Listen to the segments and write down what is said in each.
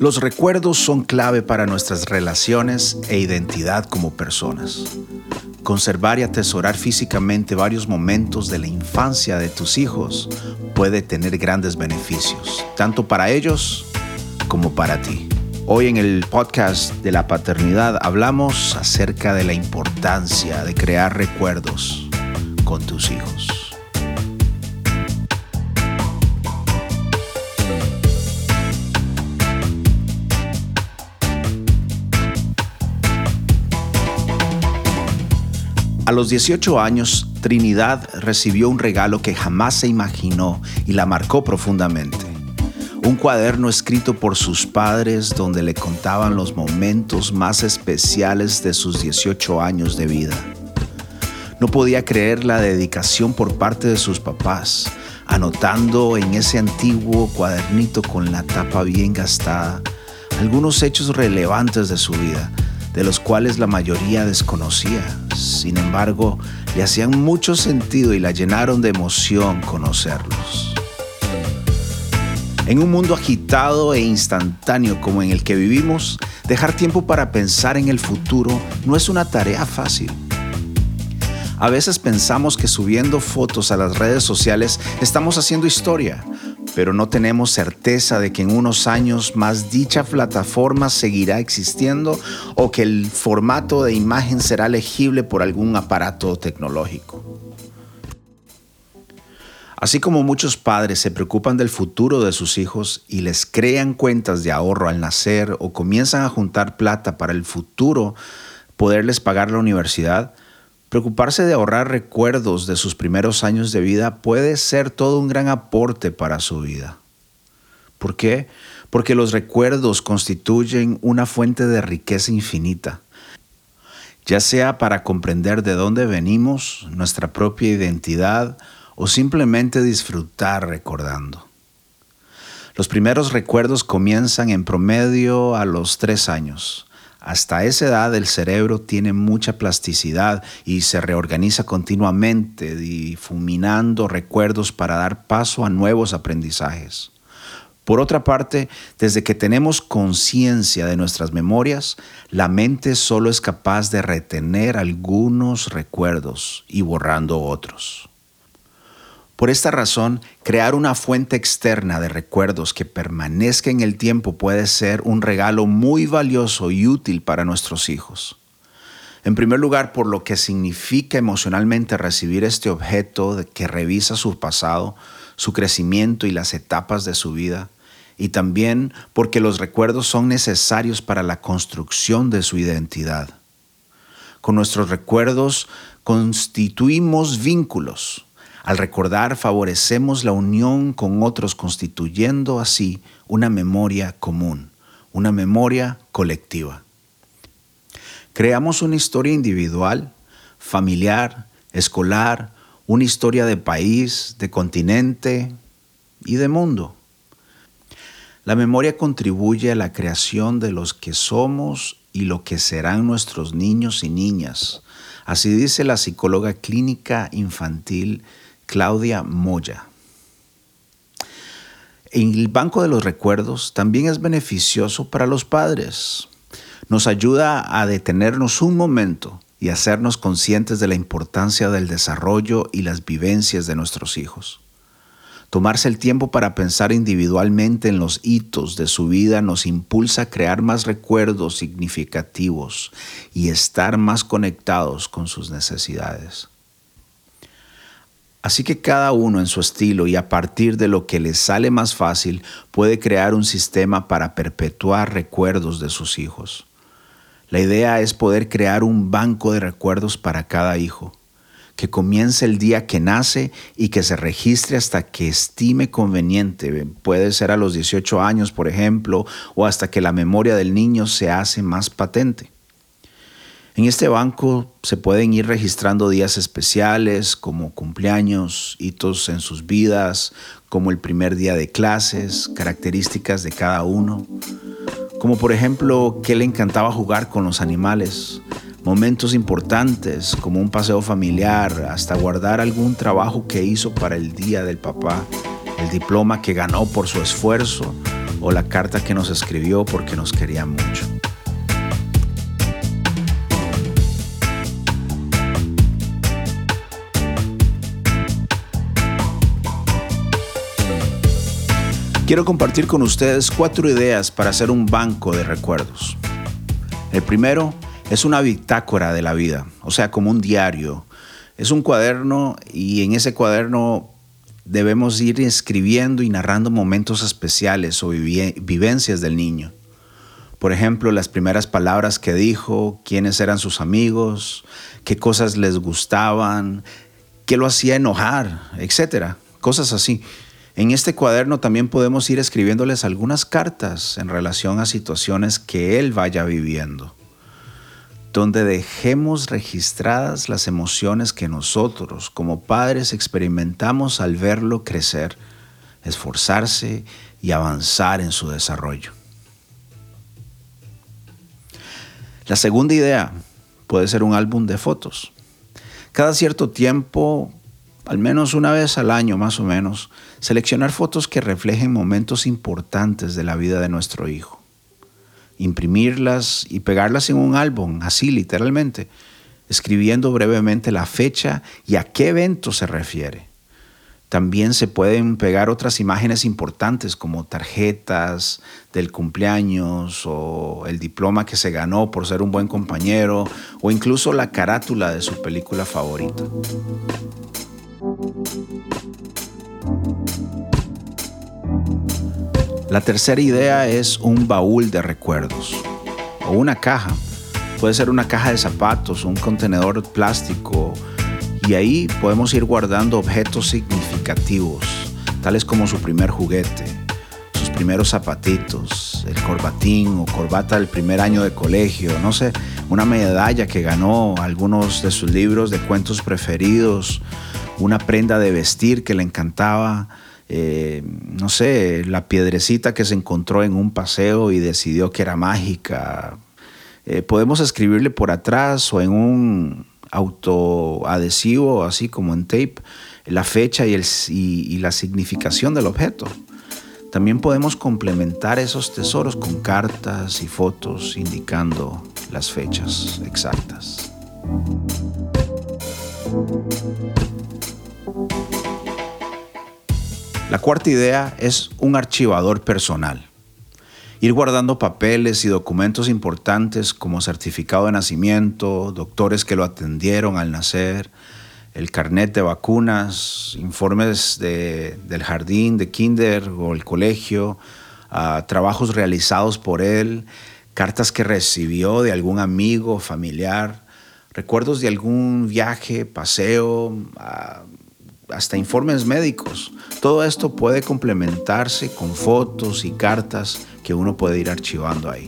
Los recuerdos son clave para nuestras relaciones e identidad como personas. Conservar y atesorar físicamente varios momentos de la infancia de tus hijos puede tener grandes beneficios, tanto para ellos como para ti. Hoy en el podcast de la paternidad hablamos acerca de la importancia de crear recuerdos con tus hijos. A los 18 años, Trinidad recibió un regalo que jamás se imaginó y la marcó profundamente. Un cuaderno escrito por sus padres donde le contaban los momentos más especiales de sus 18 años de vida. No podía creer la dedicación por parte de sus papás, anotando en ese antiguo cuadernito con la tapa bien gastada algunos hechos relevantes de su vida, de los cuales la mayoría desconocía. Sin embargo, le hacían mucho sentido y la llenaron de emoción conocerlos. En un mundo agitado e instantáneo como en el que vivimos, dejar tiempo para pensar en el futuro no es una tarea fácil. A veces pensamos que subiendo fotos a las redes sociales estamos haciendo historia, pero no tenemos certeza de que en unos años más dicha plataforma seguirá existiendo o que el formato de imagen será legible por algún aparato tecnológico. Así como muchos padres se preocupan del futuro de sus hijos y les crean cuentas de ahorro al nacer o comienzan a juntar plata para el futuro poderles pagar la universidad, preocuparse de ahorrar recuerdos de sus primeros años de vida puede ser todo un gran aporte para su vida. ¿Por qué? Porque los recuerdos constituyen una fuente de riqueza infinita, ya sea para comprender de dónde venimos, nuestra propia identidad o simplemente disfrutar recordando. Los primeros recuerdos comienzan en promedio a los 3 años. Hasta esa edad el cerebro tiene mucha plasticidad y se reorganiza continuamente, difuminando recuerdos para dar paso a nuevos aprendizajes. Por otra parte, desde que tenemos conciencia de nuestras memorias, la mente solo es capaz de retener algunos recuerdos y borrando otros. Por esta razón, crear una fuente externa de recuerdos que permanezca en el tiempo puede ser un regalo muy valioso y útil para nuestros hijos. En primer lugar, por lo que significa emocionalmente recibir este objeto que revisa su pasado, su crecimiento y las etapas de su vida, y también porque los recuerdos son necesarios para la construcción de su identidad. Con nuestros recuerdos constituimos vínculos. Al recordar, favorecemos la unión con otros, constituyendo así una memoria común, una memoria colectiva. Creamos una historia individual, familiar, escolar, una historia de país, de continente y de mundo. La memoria contribuye a la creación de los que somos y lo que serán nuestros niños y niñas. Así dice la psicóloga clínica infantil Claudia Moya. El banco de los recuerdos también es beneficioso para los padres. Nos ayuda a detenernos un momento y hacernos conscientes de la importancia del desarrollo y las vivencias de nuestros hijos. Tomarse el tiempo para pensar individualmente en los hitos de su vida nos impulsa a crear más recuerdos significativos y estar más conectados con sus necesidades. Así que cada uno en su estilo y a partir de lo que les sale más fácil puede crear un sistema para perpetuar recuerdos de sus hijos. La idea es poder crear un banco de recuerdos para cada hijo, que comience el día que nace y que se registre hasta que estime conveniente. Puede ser a los 18 años, por ejemplo, o hasta que la memoria del niño se hace más patente. En este banco se pueden ir registrando días especiales como cumpleaños, hitos en sus vidas, como el primer día de clases, características de cada uno, como por ejemplo que le encantaba jugar con los animales, momentos importantes como un paseo familiar, hasta guardar algún trabajo que hizo para el día del papá, el diploma que ganó por su esfuerzo o la carta que nos escribió porque nos quería mucho. Quiero compartir con ustedes 4 ideas para hacer un banco de recuerdos. El primero es una bitácora de la vida, o sea, como un diario. Es un cuaderno y en ese cuaderno debemos ir escribiendo y narrando momentos especiales o vivencias del niño. Por ejemplo, las primeras palabras que dijo, quiénes eran sus amigos, qué cosas les gustaban, qué lo hacía enojar, etcétera. Cosas así. En este cuaderno también podemos ir escribiéndoles algunas cartas en relación a situaciones que él vaya viviendo, donde dejemos registradas las emociones que nosotros como padres experimentamos al verlo crecer, esforzarse y avanzar en su desarrollo. La segunda idea puede ser un álbum de fotos. Cada cierto tiempo, al menos una vez al año más o menos, seleccionar fotos que reflejen momentos importantes de la vida de nuestro hijo. Imprimirlas y pegarlas en un álbum, así literalmente, escribiendo brevemente la fecha y a qué evento se refiere. También se pueden pegar otras imágenes importantes como tarjetas del cumpleaños o el diploma que se ganó por ser un buen compañero o incluso la carátula de su película favorita. La tercera idea es un baúl de recuerdos o una caja. Puede ser una caja de zapatos o un contenedor plástico y ahí podemos ir guardando objetos significativos, tales como su primer juguete, sus primeros zapatitos, el corbatín o corbata del primer año de colegio, no sé, una medalla que ganó, algunos de sus libros de cuentos preferidos, una prenda de vestir que le encantaba, no sé, la piedrecita que se encontró en un paseo y decidió que era mágica. Podemos escribirle por atrás o en un autoadhesivo, así como en tape, la fecha y la significación del objeto. También podemos complementar esos tesoros con cartas y fotos indicando las fechas exactas. La cuarta idea es un archivador personal. Ir guardando papeles y documentos importantes como certificado de nacimiento, doctores que lo atendieron al nacer, el carnet de vacunas, informes del jardín, de kinder o el colegio, trabajos realizados por él, cartas que recibió de algún amigo, familiar, recuerdos de algún viaje, paseo, hasta informes médicos. Todo esto puede complementarse con fotos y cartas que uno puede ir archivando ahí.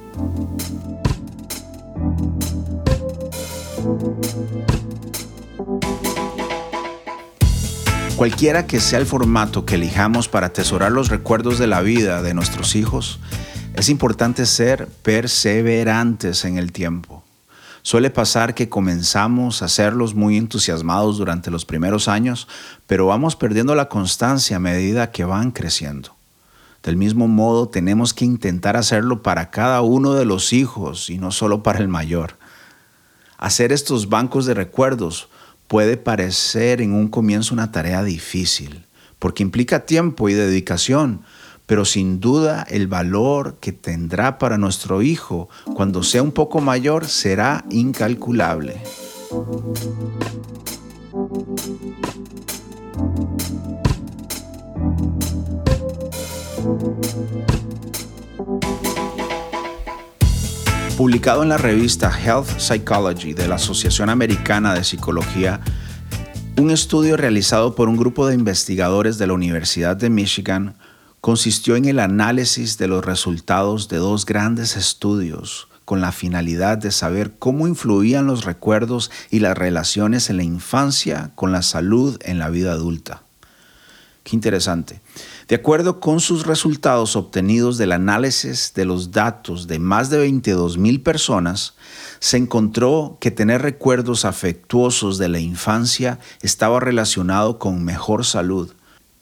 Cualquiera que sea el formato que elijamos para atesorar los recuerdos de la vida de nuestros hijos, es importante ser perseverantes en el tiempo. Suele pasar que comenzamos a hacerlos muy entusiasmados durante los primeros años, pero vamos perdiendo la constancia a medida que van creciendo. Del mismo modo, tenemos que intentar hacerlo para cada uno de los hijos y no solo para el mayor. Hacer estos bancos de recuerdos puede parecer en un comienzo una tarea difícil, porque implica tiempo y dedicación, pero sin duda el valor que tendrá para nuestro hijo cuando sea un poco mayor será incalculable. Publicado en la revista Health Psychology de la Asociación Americana de Psicología, un estudio realizado por un grupo de investigadores de la Universidad de Michigan consistió en el análisis de los resultados de 2 grandes estudios con la finalidad de saber cómo influían los recuerdos y las relaciones en la infancia con la salud en la vida adulta. Qué interesante. De acuerdo con sus resultados obtenidos del análisis de los datos de más de 22,000 personas, se encontró que tener recuerdos afectuosos de la infancia estaba relacionado con mejor salud,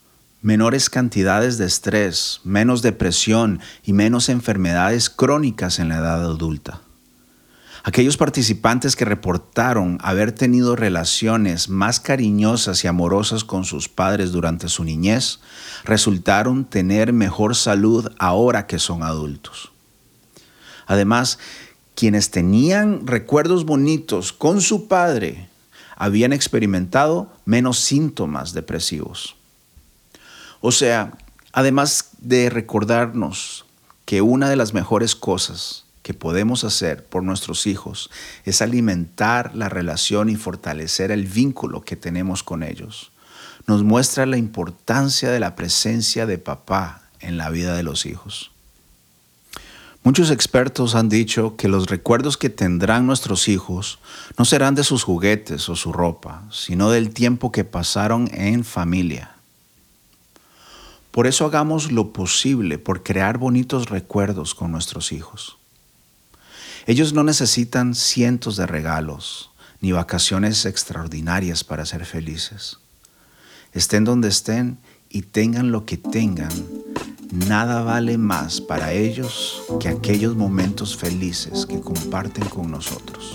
menores cantidades de estrés, menos depresión y menos enfermedades crónicas en la edad adulta. Aquellos participantes que reportaron haber tenido relaciones más cariñosas y amorosas con sus padres durante su niñez, resultaron tener mejor salud ahora que son adultos. Además, quienes tenían recuerdos bonitos con su padre habían experimentado menos síntomas depresivos. O sea, además de recordarnos que una de las mejores cosas que podemos hacer por nuestros hijos es alimentar la relación y fortalecer el vínculo que tenemos con ellos, nos muestra la importancia de la presencia de papá en la vida de los hijos. Muchos expertos han dicho que los recuerdos que tendrán nuestros hijos no serán de sus juguetes o su ropa, sino del tiempo que pasaron en familia. Por eso hagamos lo posible por crear bonitos recuerdos con nuestros hijos. Ellos no necesitan cientos de regalos ni vacaciones extraordinarias para ser felices. Estén donde estén y tengan lo que tengan, nada vale más para ellos que aquellos momentos felices que comparten con nosotros.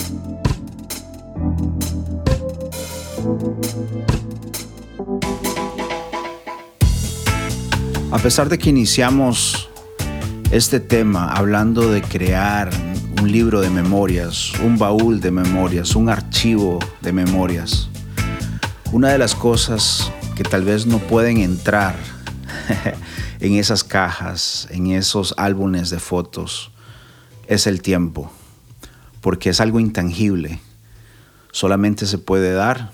A pesar de que iniciamos este tema hablando de crear un libro de memorias, un baúl de memorias, un archivo de memorias, una de las cosas que tal vez no pueden entrar en esas cajas, en esos álbumes de fotos, es el tiempo, porque es algo intangible, solamente se puede dar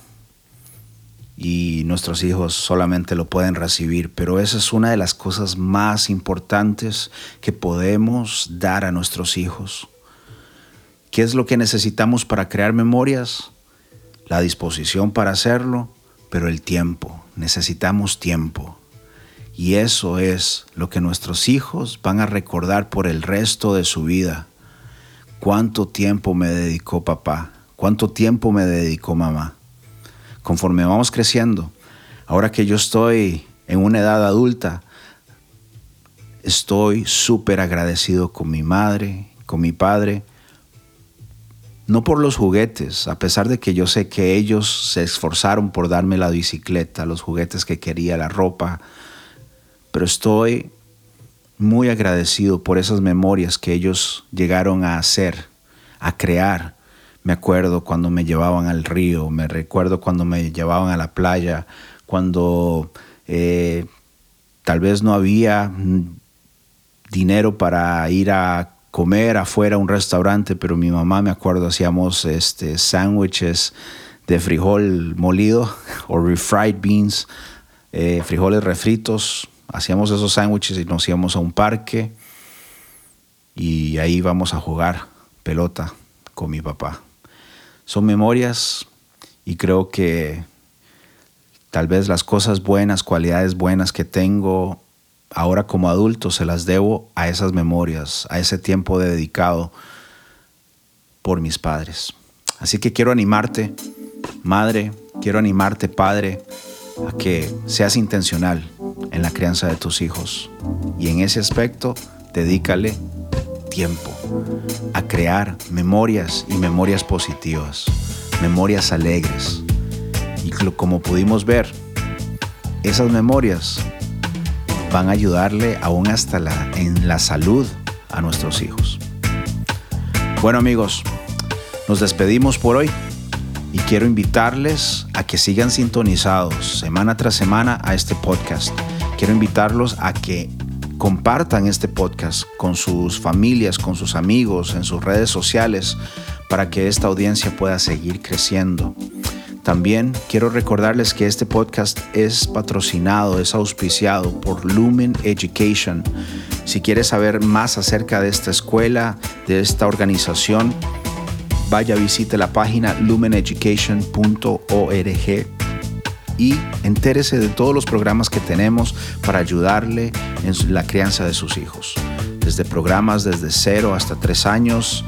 y nuestros hijos solamente lo pueden recibir, pero esa es una de las cosas más importantes que podemos dar a nuestros hijos. ¿Qué es lo que necesitamos para crear memorias? La disposición para hacerlo, pero el tiempo. Necesitamos tiempo. Y eso es lo que nuestros hijos van a recordar por el resto de su vida. ¿Cuánto tiempo me dedicó papá? ¿Cuánto tiempo me dedicó mamá? Conforme vamos creciendo, ahora que yo estoy en una edad adulta, estoy súper agradecido con mi madre, con mi padre, no por los juguetes, a pesar de que yo sé que ellos se esforzaron por darme la bicicleta, los juguetes que quería, la ropa, pero estoy muy agradecido por esas memorias que ellos llegaron a hacer, a crear. Me acuerdo cuando me llevaban al río, me recuerdo cuando me llevaban a la playa, cuando tal vez no había dinero para ir a comer afuera a un restaurante, pero mi mamá, me acuerdo, hacíamos sándwiches de frijol molido o refried beans, frijoles refritos. Hacíamos esos sándwiches y nos íbamos a un parque y ahí íbamos a jugar pelota con mi papá. Son memorias y creo que tal vez las cosas buenas, cualidades buenas que tengo ahora como adulto se las debo a esas memorias, a ese tiempo dedicado por mis padres. Así que quiero animarte, madre, quiero animarte, padre, a que seas intencional en la crianza de tus hijos. Y en ese aspecto, dedícale tiempo a crear memorias y memorias positivas, memorias alegres. Y como pudimos ver, esas memorias van a ayudarle aún hasta en la salud a nuestros hijos. Bueno, amigos, nos despedimos por hoy y quiero invitarles a que sigan sintonizados semana tras semana a este podcast. Quiero invitarlos a que compartan este podcast con sus familias, con sus amigos, en sus redes sociales, para que esta audiencia pueda seguir creciendo. También quiero recordarles que este podcast es patrocinado, es auspiciado por Lumen Education. Si quieres saber más acerca de esta escuela, de esta organización, vaya, visite la página lumeneducation.org y entérese de todos los programas que tenemos para ayudarle en la crianza de sus hijos. Desde programas desde 0 hasta 3 años,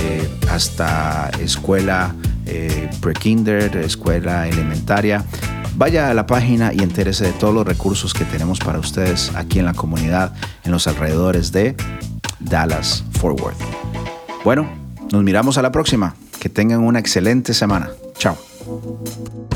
hasta escuela pre-kinder, escuela elementaria. vaya a la página y entérese de todos los recursos que tenemos para ustedes aquí en la comunidad, en los alrededores de Dallas-Fort Worth. Bueno, nos miramos a la próxima. Que tengan una excelente semana. Chao.